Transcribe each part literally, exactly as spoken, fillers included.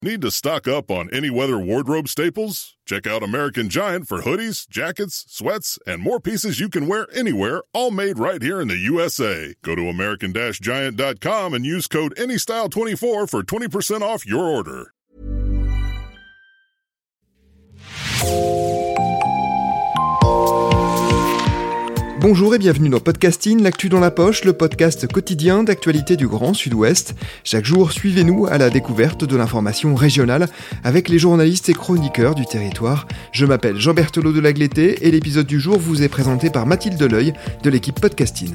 Need to stock up on any weather wardrobe staples? Check out American Giant for hoodies, jackets, sweats, and more pieces you can wear anywhere, all made right here in the U S A. Go to American Giant dot com and use code any style twenty-four for twenty percent off your order. Bonjour et bienvenue dans Podcasting, l'actu dans la poche, le podcast quotidien d'actualité du Grand Sud-Ouest. Chaque jour, suivez-nous à la découverte de l'information régionale avec les journalistes et chroniqueurs du territoire. Je m'appelle Jean Berthelot de Lagleté et l'épisode du jour vous est présenté par Mathilde Leuil de l'équipe Podcasting.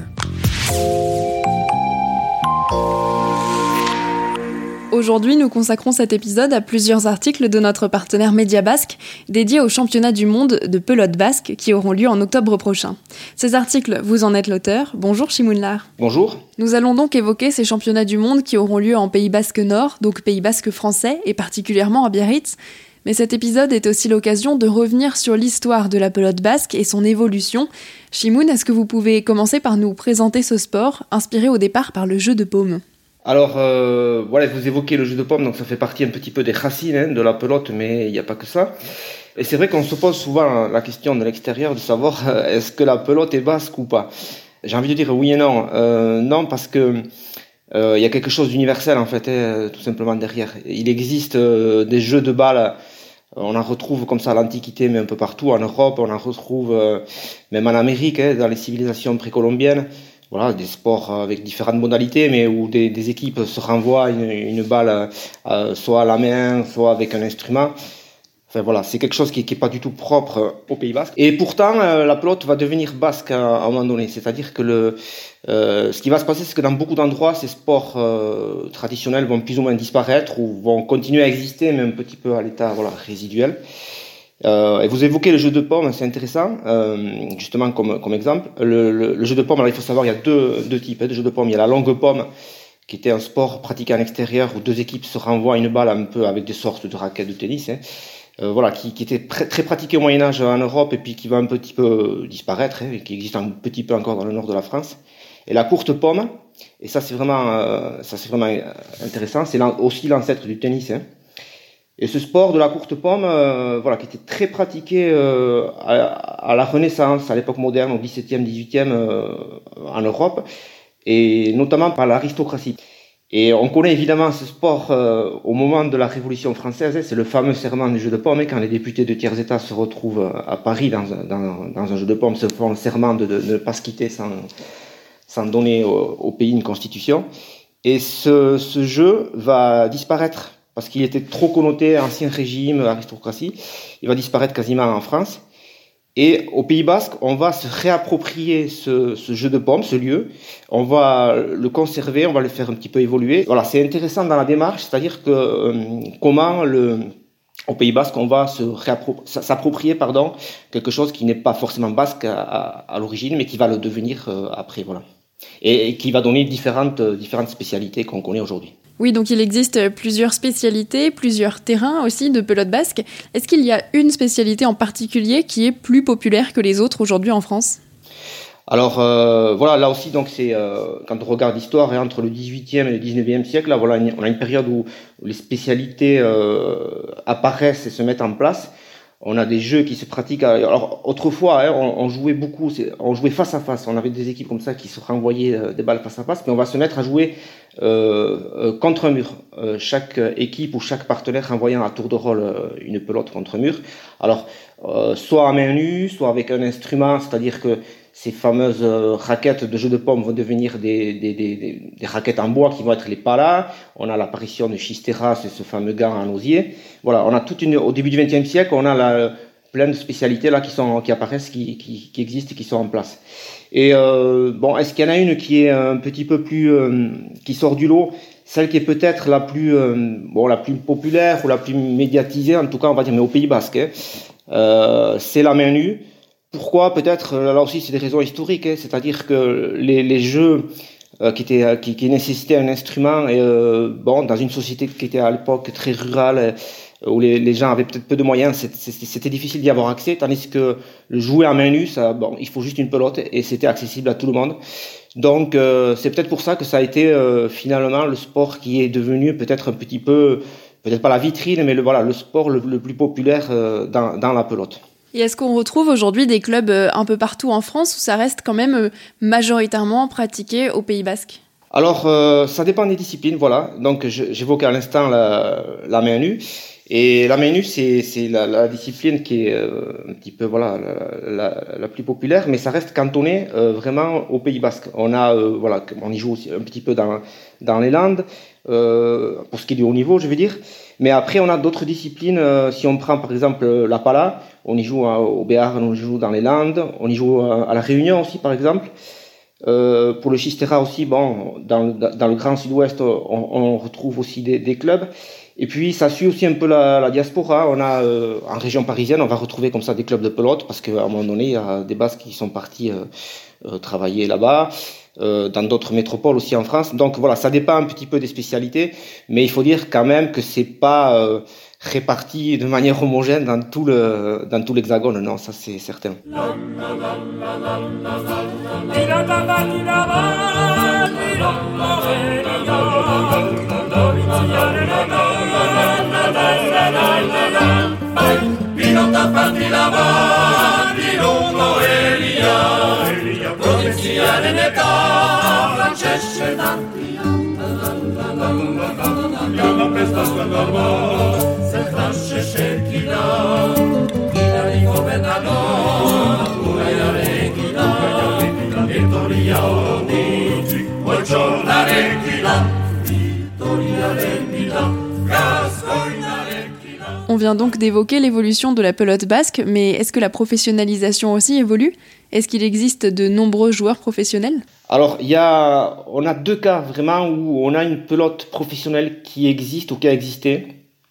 Aujourd'hui, nous consacrons cet épisode à plusieurs articles de notre partenaire Média Basque, dédiés aux championnats du monde de pelote basque qui auront lieu en octobre prochain. Ces articles, vous en êtes l'auteur. Bonjour Chimounlar. Bonjour. Nous allons donc évoquer ces championnats du monde qui auront lieu en Pays Basque Nord, donc Pays Basque français, et particulièrement à Biarritz. Mais cet épisode est aussi l'occasion de revenir sur l'histoire de la pelote basque et son évolution. Chimoun, est-ce que vous pouvez commencer par nous présenter ce sport, inspiré au départ par le jeu de paume ? Alors, euh, voilà, vous évoquez le jeu de paume, donc ça fait partie un petit peu des racines hein, de la pelote, mais il n'y a pas que ça. Et c'est vrai qu'on se pose souvent la question de l'extérieur de savoir euh, est-ce que la pelote est basque ou pas. J'ai envie de dire oui et non. Euh, non, parce que euh, il y a quelque chose d'universel en fait, hein, tout simplement derrière. Il existe euh, des jeux de balles, on en retrouve comme ça à l'Antiquité, mais un peu partout en Europe, on en retrouve euh, même en Amérique, hein, dans les civilisations précolombiennes. Voilà, des sports avec différentes modalités, mais où des, des équipes se renvoient une, une balle euh, soit à la main, soit avec un instrument. Enfin voilà, c'est quelque chose qui n'est pas du tout propre au Pays Basque. Et pourtant, euh, la pelote va devenir basque à, à un moment donné. C'est-à-dire que le, euh, ce qui va se passer, c'est que dans beaucoup d'endroits, ces sports euh, traditionnels vont plus ou moins disparaître ou vont continuer à exister, mais un petit peu à l'état voilà, résiduel. Euh, et vous évoquez le jeu de paume, c'est intéressant, euh, justement comme, comme exemple. Le, le, le jeu de paume, alors il faut savoir, il y a deux, deux types hein, de jeux de paume. Il y a la longue paume, qui était un sport pratiqué en extérieur où deux équipes se renvoient une balle un peu avec des sortes de raquettes de tennis. Hein, euh, voilà, qui, qui était pr- très pratiqué au Moyen-Âge en Europe et puis qui va un petit peu disparaître, hein, et qui existe un petit peu encore dans le nord de la France. Et la courte paume, et ça c'est vraiment, euh, ça c'est vraiment intéressant, c'est aussi l'ancêtre du tennis. Hein. Et ce sport de la courte paume, euh, voilà, qui était très pratiqué euh, à, à la Renaissance, à l'époque moderne, au dix-septième, dix-huitième, euh, en Europe, et notamment par l'aristocratie. Et on connaît évidemment ce sport euh, au moment de la Révolution française, hein, c'est le fameux serment du jeu de paume, hein, quand les députés de tiers états se retrouvent à Paris dans, dans, dans un jeu de paume, se font le serment de, de, de ne pas se quitter sans, sans donner au, au pays une constitution. Et ce, ce jeu va disparaître parce qu'il était trop connoté ancien régime, aristocratie. Il va disparaître quasiment en France. Et au Pays Basque, on va se réapproprier ce, ce jeu de paume, ce lieu. On va le conserver, on va le faire un petit peu évoluer. Voilà, c'est intéressant dans la démarche, c'est-à-dire que euh, comment le, au Pays Basque, on va se réappro- s'approprier pardon, quelque chose qui n'est pas forcément basque à, à, à l'origine, mais qui va le devenir euh, après, voilà. Et, et qui va donner différentes, différentes spécialités qu'on connaît aujourd'hui. Oui, donc il existe plusieurs spécialités, plusieurs terrains aussi de pelote basque. Est-ce qu'il y a une spécialité en particulier qui est plus populaire que les autres aujourd'hui en France ? Alors euh, voilà, là aussi donc c'est euh, quand on regarde l'histoire hein, entre le dix-huitième et le dix-neuvième siècle, là voilà, on a une période où, où les spécialités euh, apparaissent et se mettent en place. On a des jeux qui se pratiquent. À... Alors autrefois, hein, on, on jouait beaucoup, on jouait face à face. On avait des équipes comme ça qui se renvoyaient euh, des balles face à face, mais on va se mettre à jouer euh, euh, contre un mur. Euh, chaque équipe ou chaque partenaire renvoyant à tour de rôle euh, une pelote contre un mur. Alors euh, soit à main nue, soit avec un instrument, c'est-à-dire que ces fameuses euh, raquettes de jeu de paume vont devenir des, des, des, des, des raquettes en bois qui vont être les palas. On a l'apparition de Chisteras et ce fameux gant en osier. Voilà, on a toute une, au début du vingtième siècle, on a la, plein de spécialités là qui sont, qui apparaissent, qui, qui, qui existent et qui sont en place. Et euh, bon, est-ce qu'il y en a une qui est un petit peu plus, euh, qui sort du lot? Celle qui est peut-être la plus, euh, bon, la plus populaire ou la plus médiatisée, en tout cas, on va dire, mais au Pays Basque, hein, euh, c'est la main nue. Pourquoi? Peut-être, là aussi, c'est des raisons historiques, hein, c'est-à-dire que les, les jeux euh, qui, étaient, qui, qui nécessitaient un instrument, et, euh, bon, dans une société qui était à l'époque très rurale, euh, où les, les gens avaient peut-être peu de moyens, c'était, c'était difficile d'y avoir accès, tandis que le jouer à main nue, ça, bon, il faut juste une pelote, et c'était accessible à tout le monde. Donc, euh, c'est peut-être pour ça que ça a été euh, finalement le sport qui est devenu peut-être un petit peu... peut-être pas la vitrine, mais le, voilà, le sport le, le plus populaire euh, dans, dans la pelote. Et est-ce qu'on retrouve aujourd'hui des clubs euh, un peu partout en France où ça reste quand même euh, majoritairement pratiqué au Pays Basque ? Alors, euh, ça dépend des disciplines, voilà. Donc, je, j'évoquais à l'instant la, la main nue. Et la main nue, c'est, c'est la, la discipline qui est euh, un petit peu, voilà, la, la, la plus populaire, mais ça reste cantonné euh, vraiment au Pays Basque. On a, euh, voilà, on y joue aussi un petit peu dans, dans les Landes, euh, pour ce qui est du haut niveau, je veux dire. Mais après, on a d'autres disciplines. Euh, si on prend par exemple la pala, on y joue euh, au Béarn, on y joue dans les Landes, on y joue euh, à la Réunion aussi, par exemple. Euh, pour le Chistera aussi, bon, dans, dans le Grand Sud-Ouest, on, on retrouve aussi des, des clubs. Et puis, ça suit aussi un peu la, la diaspora. On a, euh, en région parisienne, on va retrouver comme ça des clubs de pelote, parce qu'à un moment donné, il y a des Basques qui sont partis euh, euh, travailler là-bas, euh, dans d'autres métropoles aussi en France. Donc voilà, ça dépend un petit peu des spécialités, mais il faut dire quand même que c'est pas euh, réparti de manière homogène dans tout le dans tout l'Hexagone. Non, ça c'est certain. On vient donc d'évoquer l'évolution de la pelote basque, mais est-ce que la professionnalisation aussi évolue ? Est-ce qu'il existe de nombreux joueurs professionnels ? Alors, il y a, on a deux cas vraiment où on a une pelote professionnelle qui existe ou qui a existé.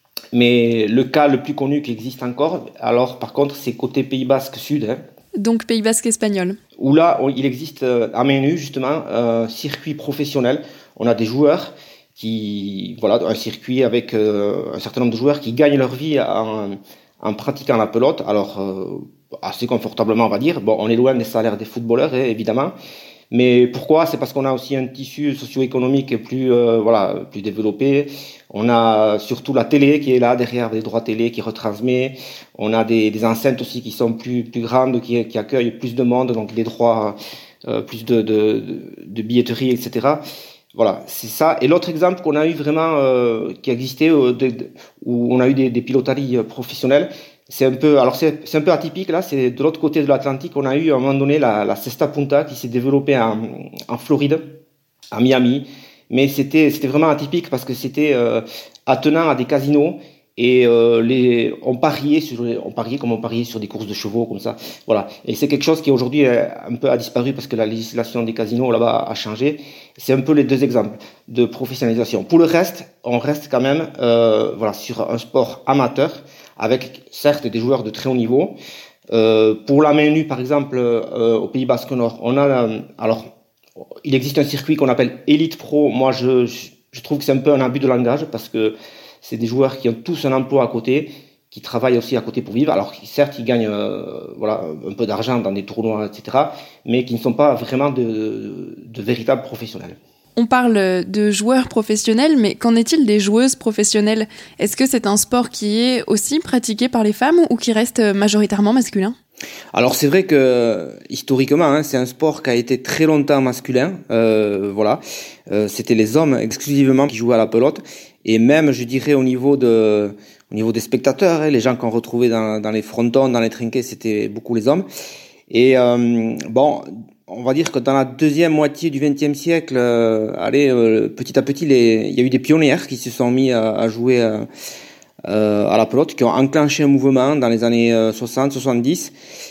Mais le cas le plus connu qui existe encore, alors par contre, c'est côté Pays Basque Sud. Hein, donc Pays Basque espagnol. Où là, il existe à main nue justement un circuit professionnel. On a des joueurs qui, voilà, un circuit avec euh, un certain nombre de joueurs qui gagnent leur vie en, en pratiquant la pelote. Alors, euh, assez confortablement, on va dire. Bon, on est loin des salaires des footballeurs, hein, évidemment. Mais pourquoi ? C'est parce qu'on a aussi un tissu socio-économique plus, euh, voilà, plus développé. On a surtout la télé qui est là derrière, des droits télé qui retransmet. On a des, des enceintes aussi qui sont plus, plus grandes, qui, qui accueillent plus de monde, donc les droits, euh, plus de, de, de billetterie, et cetera. Voilà, c'est ça. Et l'autre exemple qu'on a eu vraiment, euh, qui existait, euh, de, de, où on a eu des, des pilotaries professionnelles, c'est un peu, alors c'est, c'est un peu atypique là. C'est de l'autre côté de l'Atlantique, on a eu à un moment donné la, la Cesta Punta qui s'est développée en, en Floride, à Miami. Mais c'était, c'était vraiment atypique parce que c'était euh, attenant à des casinos et euh, les, on pariait sur, on pariait comme on pariait sur des courses de chevaux comme ça. Voilà. Et c'est quelque chose qui aujourd'hui un peu a disparu parce que la législation des casinos là-bas a changé. C'est un peu les deux exemples de professionnalisation. Pour le reste, on reste quand même, euh, voilà, sur un sport amateur avec certes des joueurs de très haut niveau. Euh, pour la main nue, par exemple, euh, au Pays Basque Nord, on a, euh, alors, il existe un circuit qu'on appelle Elite Pro. Moi, je, je, je trouve que c'est un peu un abus de langage parce que c'est des joueurs qui ont tous un emploi à côté, qui travaillent aussi à côté pour vivre. Alors, certes, ils gagnent, euh, voilà, un peu d'argent dans des tournois, et cetera, mais qui ne sont pas vraiment de, de, de véritables professionnels. On parle de joueurs professionnels, mais qu'en est-il des joueuses professionnelles ? Est-ce que c'est un sport qui est aussi pratiqué par les femmes ou qui reste majoritairement masculin ? Alors c'est vrai que historiquement, hein, c'est un sport qui a été très longtemps masculin. Euh, voilà, euh, c'était les hommes exclusivement qui jouaient à la pelote, et même, je dirais, au niveau de, au niveau des spectateurs, hein, les gens qu'on retrouvait dans, dans les frontons, dans les trinquets, c'était beaucoup les hommes. Et euh, bon. On va dire que dans la deuxième moitié du vingtième siècle, euh, allez, euh, petit à petit, les, il y a eu des pionnières qui se sont mis à, à jouer euh, euh, à la pelote, qui ont enclenché un mouvement dans les années euh, soixante soixante-dix.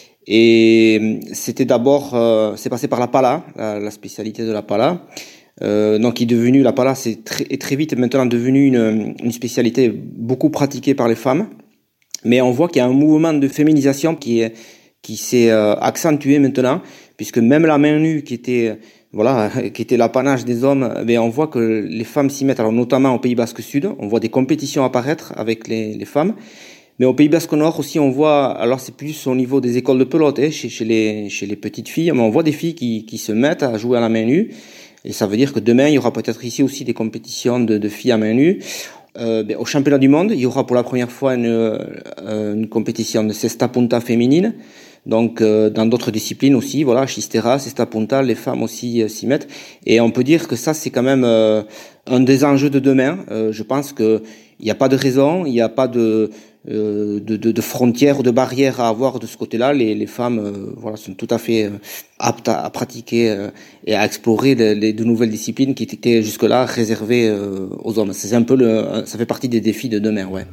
Et c'était d'abord, euh, c'est passé par la pala, la, la spécialité de la pala. Euh, donc, qui est devenu, la pala, c'est très, est très vite maintenant devenu une, une spécialité beaucoup pratiquée par les femmes. Mais on voit qu'il y a un mouvement de féminisation qui est, qui s'est euh, accentué maintenant, puisque même la main nue qui était, voilà, qui était l'apanage des hommes, ben on voit que les femmes s'y mettent. Alors notamment au Pays Basque Sud, on voit des compétitions apparaître avec les, les femmes. Mais au Pays Basque Nord aussi, on voit, alors c'est plus au niveau des écoles de pelote, hein, chez, chez les, chez les petites filles, mais on voit des filles qui, qui se mettent à jouer à la main nue. Et ça veut dire que demain, il y aura peut-être ici aussi des compétitions de, de filles à main nue. euh, ben, au championnat du monde, il y aura pour la première fois une, euh, une compétition de cesta punta féminine. Donc euh, dans d'autres disciplines aussi, voilà, chistera, cesta punta, les femmes aussi euh, s'y mettent. Et on peut dire que ça c'est quand même euh, un des enjeux de demain. Euh, je pense que il n'y a pas de raison, il n'y a pas de, euh, de, de, de frontières ou de barrières à avoir de ce côté-là. Les, les femmes, euh, voilà, sont tout à fait euh, aptes à, à pratiquer euh, et à explorer les, les de nouvelles disciplines qui étaient jusque-là réservées euh, aux hommes. C'est un peu le, ça fait partie des défis de demain, ouais.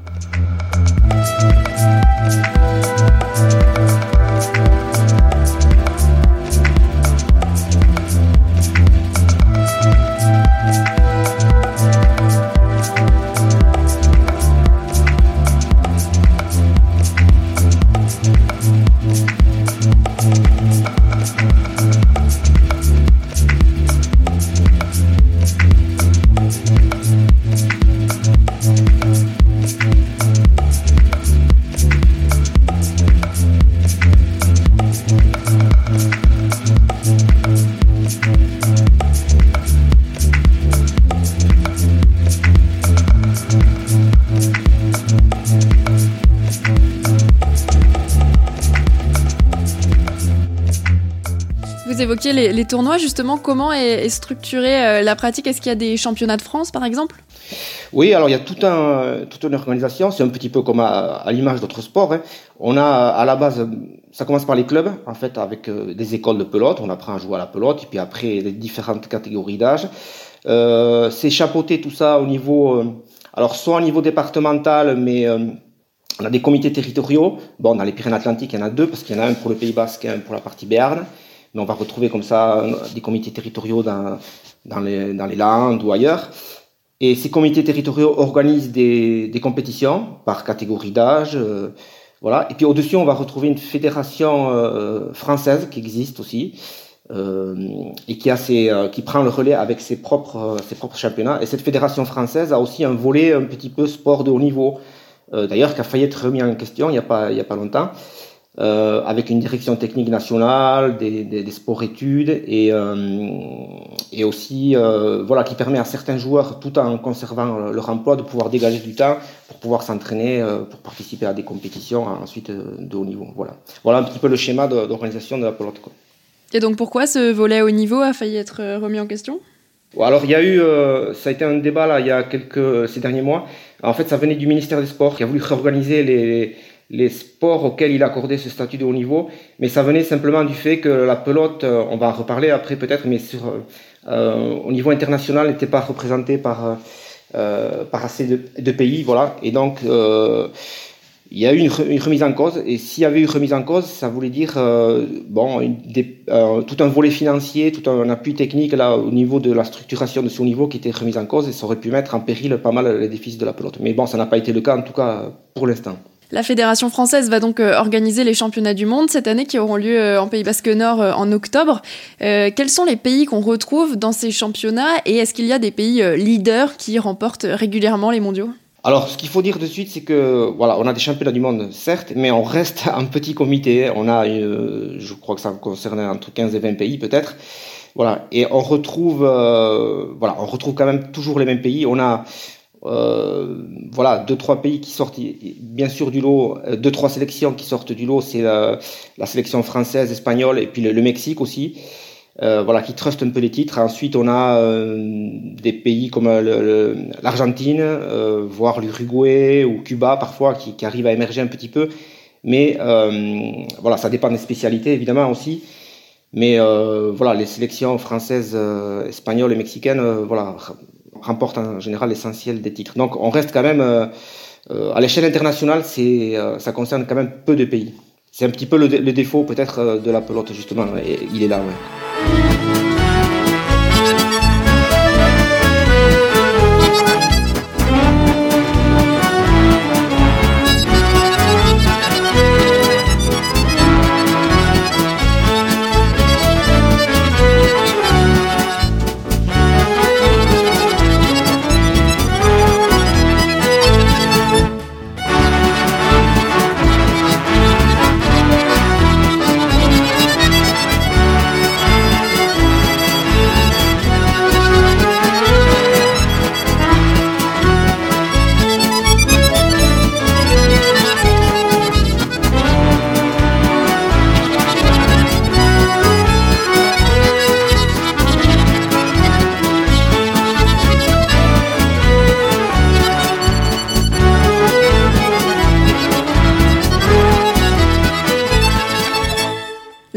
Vous évoquiez les, les tournois, justement, comment est, est structurée euh, la pratique? Est-ce qu'il y a des championnats de France, par exemple? Oui, alors il y a tout un, toute une organisation, c'est un petit peu comme à, à l'image d'autres sports. Hein. On a à la base, ça commence par les clubs, en fait, avec euh, des écoles de pelote, on apprend à jouer à la pelote, et puis après les différentes catégories d'âge. Euh, c'est chapeauté tout ça au niveau, euh, alors soit au niveau départemental, mais euh, on a des comités territoriaux. Bon, dans les Pyrénées-Atlantiques, il y en a deux, parce qu'il y en a un pour le Pays Basque et un pour la partie Béarn. Mais on va retrouver comme ça des comités territoriaux dans, dans, les, dans les Landes ou ailleurs. Et ces comités territoriaux organisent des, des compétitions par catégorie d'âge. Euh, voilà. Et puis au-dessus, on va retrouver une fédération euh, française qui existe aussi euh, et qui, a ses, euh, qui prend le relais avec ses propres, euh, ses propres championnats. Et cette fédération française a aussi un volet un petit peu sport de haut niveau, euh, d'ailleurs qui a failli être remis en question il n'y a pas, il y a pas longtemps. Euh, avec une direction technique nationale, des, des, des sports-études et, euh, et aussi euh, voilà, qui permet à certains joueurs, tout en conservant leur emploi, de pouvoir dégager du temps pour pouvoir s'entraîner, euh, pour participer à des compétitions ensuite euh, de haut niveau. Voilà, voilà un petit peu le schéma de, d'organisation de la pelote, quoi. Et donc pourquoi ce volet haut niveau a failli être remis en question? Alors il y a eu, euh, ça a été un débat là il y a quelques ces derniers mois. En fait, ça venait du ministère des Sports qui a voulu réorganiser les les sports auxquels il accordait ce statut de haut niveau, mais ça venait simplement du fait que la pelote, on va en reparler après peut-être, mais sur, euh, au niveau international, n'était pas représentée par, euh, par assez de, de pays, voilà, et donc euh, il y a eu une, une remise en cause, et s'il y avait eu remise en cause, ça voulait dire euh, bon, une, des, euh, tout un volet financier, tout un appui technique là au niveau de la structuration de ce haut niveau qui était remise en cause, et ça aurait pu mettre en péril pas mal les déficits de la pelote. Mais bon, ça n'a pas été le cas, en tout cas pour l'instant. La Fédération française va donc euh, organiser les championnats du monde cette année qui auront lieu euh, en Pays Basque Nord euh, en octobre. Euh, quels sont les pays qu'on retrouve dans ces championnats et est-ce qu'il y a des pays euh, leaders qui remportent régulièrement les mondiaux? Alors, ce qu'il faut dire de suite, c'est que voilà, on a des championnats du monde, certes, mais on reste un petit comité. On a, euh, je crois que ça concerne entre quinze et vingt pays peut-être. Voilà, et on retrouve, euh, voilà, on retrouve quand même toujours les mêmes pays. On a Euh, voilà, deux, trois pays qui sortent bien sûr du lot, deux, trois sélections qui sortent du lot, c'est la, la sélection française, espagnole et puis le, le Mexique aussi, euh, voilà, qui trustent un peu les titres. Ensuite, on a euh, des pays comme le, le, l'Argentine, euh, voire l'Uruguay ou Cuba parfois, qui, qui arrivent à émerger un petit peu. Mais euh, voilà, ça dépend des spécialités évidemment aussi. Mais euh, voilà, les sélections françaises, euh, espagnoles et mexicaines, euh, voilà, remportent en général l'essentiel des titres. Donc on reste quand même, euh, euh, à l'échelle internationale, c'est, euh, ça concerne quand même peu de pays. C'est un petit peu le, le défaut peut-être de la pelote justement, et il est là, ouais.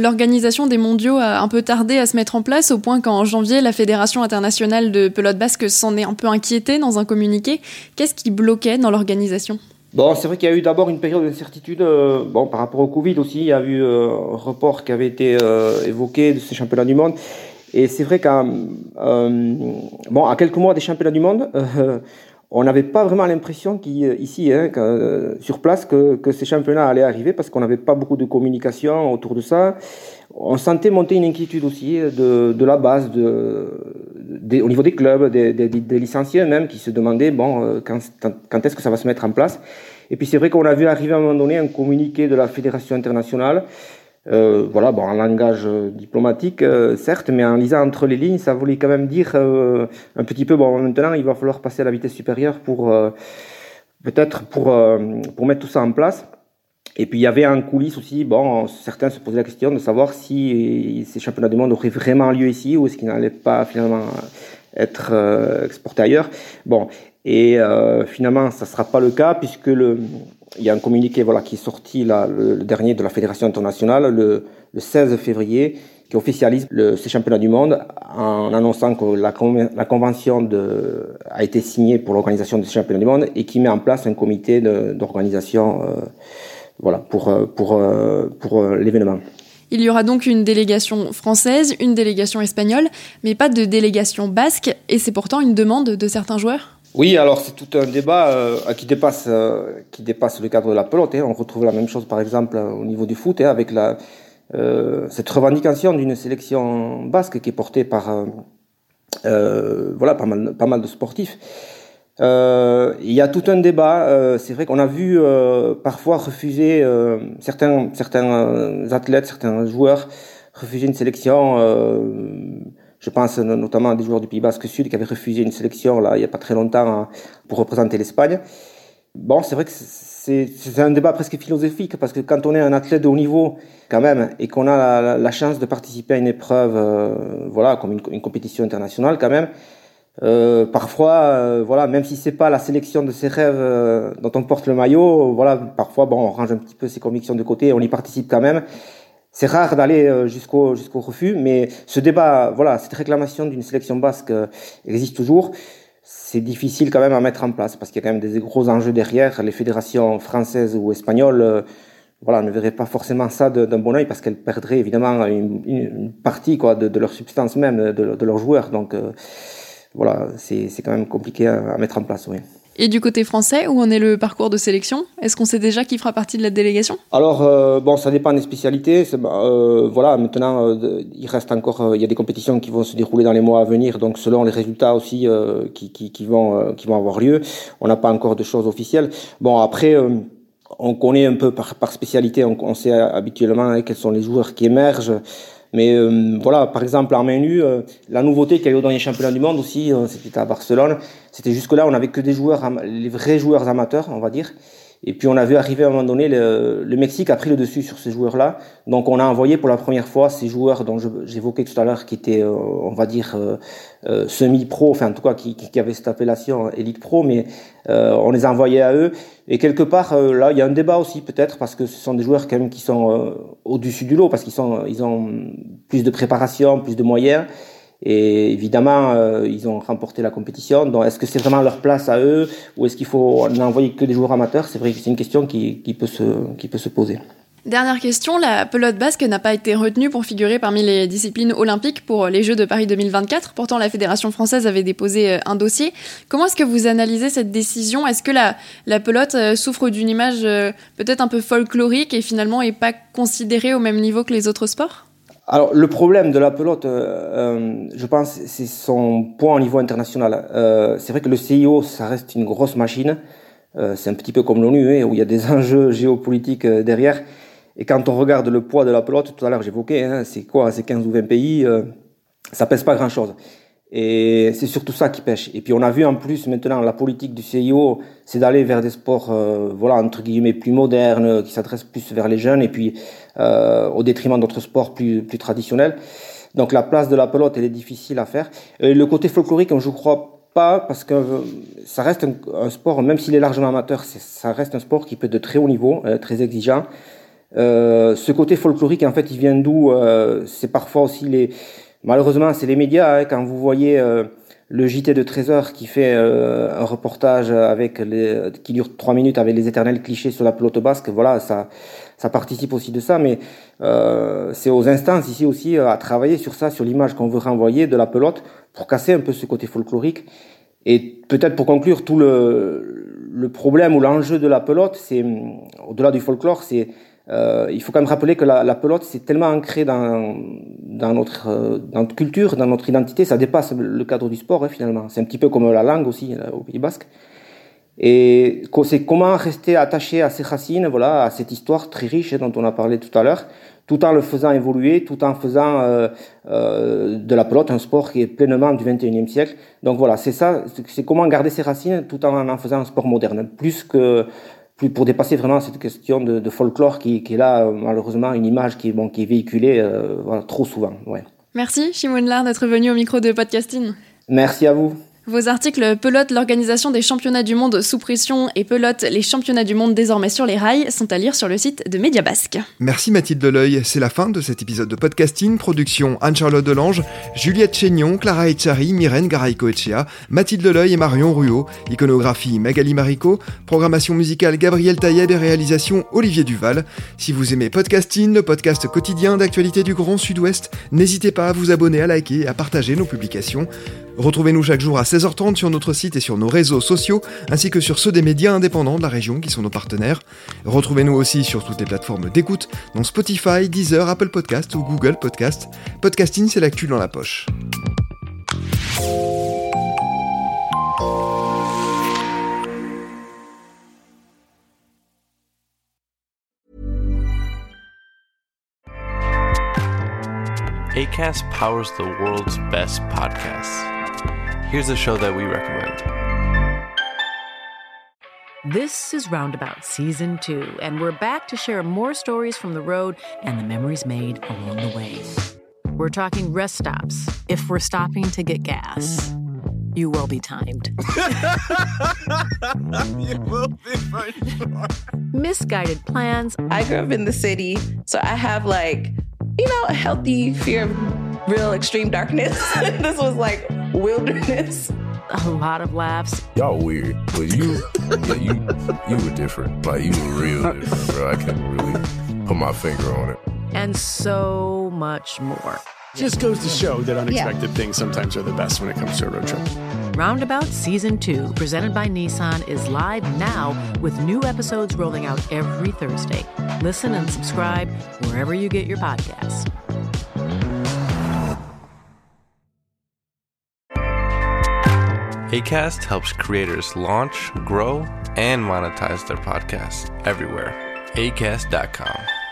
l'organisation des mondiaux a un peu tardé à se mettre en place, au point qu'en janvier, la Fédération internationale de pelote basque s'en est un peu inquiétée dans un communiqué. Qu'est-ce qui bloquait dans l'organisation ? Bon, c'est vrai qu'il y a eu d'abord une période d'incertitude. Euh, bon, par rapport au Covid aussi, il y a eu euh, un report qui avait été euh, évoqué de ces championnats du monde. Et c'est vrai qu'à euh, bon, à quelques mois des championnats du monde, euh, on n'avait pas vraiment l'impression qu'ici, hein, que, sur place, que, que ces championnats allaient arriver, parce qu'on n'avait pas beaucoup de communication autour de ça. On sentait monter une inquiétude aussi de, de la base, de, de, au niveau des clubs, des, des, des licenciés même, qui se demandaient bon, quand, quand est-ce que ça va se mettre en place. Et puis c'est vrai qu'on a vu arriver à un moment donné un communiqué de la Fédération internationale, Euh, voilà, bon, en langage euh, diplomatique, euh, certes, mais en lisant entre les lignes, ça voulait quand même dire euh, un petit peu, bon, maintenant, il va falloir passer à la vitesse supérieure pour, euh, peut-être, pour, euh, pour mettre tout ça en place. Et puis, il y avait en coulisses aussi, bon, certains se posaient la question de savoir si ces championnats du monde auraient vraiment lieu ici ou est-ce qu'ils n'allaient pas finalement être euh, exportés ailleurs. Bon, et euh, finalement, ça ne sera pas le cas puisque le... Il y a un communiqué voilà, qui est sorti, là, le, le dernier de la Fédération internationale, le, le seize février, qui officialise le, ces championnats du monde en annonçant que la, la convention de, a été signée pour l'organisation de ces championnats du monde et qui met en place un comité de, d'organisation euh, voilà, pour, pour, pour, pour l'événement. Il y aura donc une délégation française, une délégation espagnole, mais pas de délégation basque, et c'est pourtant une demande de certains joueurs ? Oui, alors c'est tout un débat euh, qui dépasse euh, qui dépasse le cadre de la pelote. Hein. On retrouve la même chose, par exemple, au niveau du foot, hein, avec la euh, cette revendication d'une sélection basque qui est portée par euh, euh, voilà pas mal pas mal de sportifs. Euh, il y a tout un débat. Euh, c'est vrai qu'on a vu euh, parfois refuser euh, certains certains athlètes, certains joueurs refuser une sélection. Euh, Je pense notamment à des joueurs du Pays Basque Sud qui avaient refusé une sélection là il y a pas très longtemps pour représenter l'Espagne. Bon, c'est vrai que c'est, c'est un débat presque philosophique parce que quand on est un athlète de haut niveau quand même et qu'on a la, la chance de participer à une épreuve, euh, voilà, comme une, une compétition internationale quand même, euh, parfois, euh, voilà, même si c'est pas la sélection de ses rêves euh, dont on porte le maillot, voilà, parfois bon, on range un petit peu ses convictions de côté, on y participe quand même. C'est rare d'aller jusqu'au jusqu'au refus, mais ce débat, voilà, cette réclamation d'une sélection basque existe toujours. C'est difficile quand même à mettre en place parce qu'il y a quand même des gros enjeux derrière. Les fédérations françaises ou espagnoles, voilà, ne verraient pas forcément ça d'un bon œil parce qu'elles perdraient évidemment une, une partie quoi de, de leur substance même, de, de leurs joueurs. Donc euh, voilà, c'est c'est quand même compliqué à, à mettre en place, oui. Et du côté français, où en est le parcours de sélection ? Est-ce qu'on sait déjà qui fera partie de la délégation ? Alors, euh, bon, ça dépend des spécialités. C'est, euh, voilà, maintenant, euh, il reste encore, euh, il y a des compétitions qui vont se dérouler dans les mois à venir. Donc, selon les résultats aussi euh, qui, qui, qui vont, euh, qui vont avoir lieu, on n'a pas encore de choses officielles. Bon, après, euh, on connaît un peu par, par spécialité. On, on sait habituellement hein, quels sont les joueurs qui émergent. Mais euh, voilà, par exemple, en main nue, euh, la nouveauté qu'il y a eu au dernier championnat du monde aussi, euh, c'était à Barcelone, c'était jusque-là, on n'avait que des joueurs, les vrais joueurs amateurs, on va dire. Et puis on a vu arriver à un moment donné, le, le Mexique a pris le dessus sur ces joueurs-là. Donc on a envoyé pour la première fois ces joueurs dont je, j'évoquais tout à l'heure, qui étaient, euh, on va dire, euh, euh, semi-pro, enfin en tout cas qui, qui, qui avaient cette appellation élite pro, mais euh, on les a envoyés à eux. Et quelque part, euh, là, il y a un débat aussi peut-être, parce que ce sont des joueurs quand même qui sont euh, au-dessus du lot, parce qu'ils sont, ils ont plus de préparation, plus de moyens. Et évidemment, euh, ils ont remporté la compétition. Donc, est-ce que c'est vraiment leur place à eux, ou est-ce qu'il faut n'envoyer que des joueurs amateurs ? C'est vrai que c'est une question qui, qui peut se, qui peut se poser. Dernière question, la pelote basque n'a pas été retenue pour figurer parmi les disciplines olympiques pour les Jeux de Paris deux mille vingt-quatre. Pourtant, la Fédération française avait déposé un dossier. Comment est-ce que vous analysez cette décision ? Est-ce que la, la pelote souffre d'une image peut-être un peu folklorique et finalement n'est pas considérée au même niveau que les autres sports ? Alors, le problème de la pelote, euh, je pense, c'est son poids au niveau international. Euh, c'est vrai que le C I O, ça reste une grosse machine. Euh, c'est un petit peu comme l'ONU, hein, où il y a des enjeux géopolitiques euh, derrière. Et quand on regarde le poids de la pelote, tout à l'heure j'évoquais, hein, c'est quoi, c'est quinze ou vingt pays, euh, ça pèse pas grand-chose. Et c'est surtout ça qui pêche. Et puis on a vu en plus maintenant la politique du C I O, c'est d'aller vers des sports, euh, voilà, entre guillemets, plus modernes, qui s'adressent plus vers les jeunes, et puis euh, au détriment d'autres sports plus plus traditionnels. Donc la place de la pelote, elle est difficile à faire. Et le côté folklorique, je crois pas, parce que ça reste un, un sport, même s'il est largement amateur, c'est, ça reste un sport qui peut être de très haut niveau, euh, très exigeant. Euh, ce côté folklorique, en fait, il vient d'où euh, C'est parfois aussi les... Malheureusement, c'est les médias. Hein, quand vous voyez euh, le J T de treize heures qui fait euh, un reportage avec les, qui dure trois minutes avec les éternels clichés sur la pelote basque, voilà, ça, ça participe aussi de ça. Mais euh, c'est aux instances ici aussi à travailler sur ça, sur l'image qu'on veut renvoyer de la pelote pour casser un peu ce côté folklorique. Et peut-être pour conclure, tout le, le problème ou l'enjeu de la pelote, c'est au-delà du folklore, c'est Euh, il faut quand même rappeler que la, la pelote, c'est tellement ancré dans, dans, notre, euh, dans notre culture, dans notre identité, ça dépasse le cadre du sport, hein, finalement. C'est un petit peu comme la langue aussi, là, au Pays Basque. Et c'est comment rester attaché à ces racines, voilà, à cette histoire très riche hein, dont on a parlé tout à l'heure, tout en le faisant évoluer, tout en faisant euh, euh, de la pelote un sport qui est pleinement du vingt et unième siècle. Donc voilà, c'est ça, c'est comment garder ses racines tout en en faisant un sport moderne, plus que plus pour dépasser vraiment cette question de, de folklore qui, qui est là, malheureusement, une image qui est, bon, qui est véhiculée euh, voilà, trop souvent. Ouais. Merci, Shimon Lard, d'être venu au micro de Podcasting. Merci à vous. Vos articles Pelote, l'organisation des championnats du monde sous pression et Pelote, les championnats du monde désormais sur les rails sont à lire sur le site de Média Basque. Merci Mathilde Deleuil, c'est la fin de cet épisode de Podcasting, production Anne-Charlotte Delange, Juliette Chénion, Clara Echari, Myrène Garay-Coetchea, Mathilde Deleuil et Marion Ruot, iconographie Magali Marico, programmation musicale Gabriel Tailleb et réalisation Olivier Duval. Si vous aimez Podcasting, le podcast quotidien d'actualité du Grand Sud-Ouest, n'hésitez pas à vous abonner, à liker et à partager nos publications. Retrouvez-nous chaque jour à seize heures trente sur notre site et sur nos réseaux sociaux, ainsi que sur ceux des médias indépendants de la région qui sont nos partenaires. Retrouvez-nous aussi sur toutes les plateformes d'écoute, dont Spotify, Deezer, Apple Podcast ou Google Podcast. Podcasting, c'est l'actu dans la poche. Acast powers the world's best podcasts. Here's a show that we recommend. This is Roundabout Season two, and we're back to share more stories from the road and the memories made along the way. We're talking rest stops, if we're stopping to get gas. You will be timed. You will be for sure. Misguided plans. I grew up in the city, so I have like, you know, a healthy fear of real extreme darkness. This was like wilderness. A lot of laughs. Y'all weird, but you, yeah, you, you were different. Like you were real different, bro. I can't really put my finger on it. And so much more. Just goes to show that unexpected yeah. things sometimes are the best when it comes to a road trip. Roundabout Season two, presented by Nissan, is live now with new episodes rolling out every Thursday. Listen and subscribe wherever you get your podcasts. Acast helps creators launch, grow, and monetize their podcasts everywhere. acast dot com.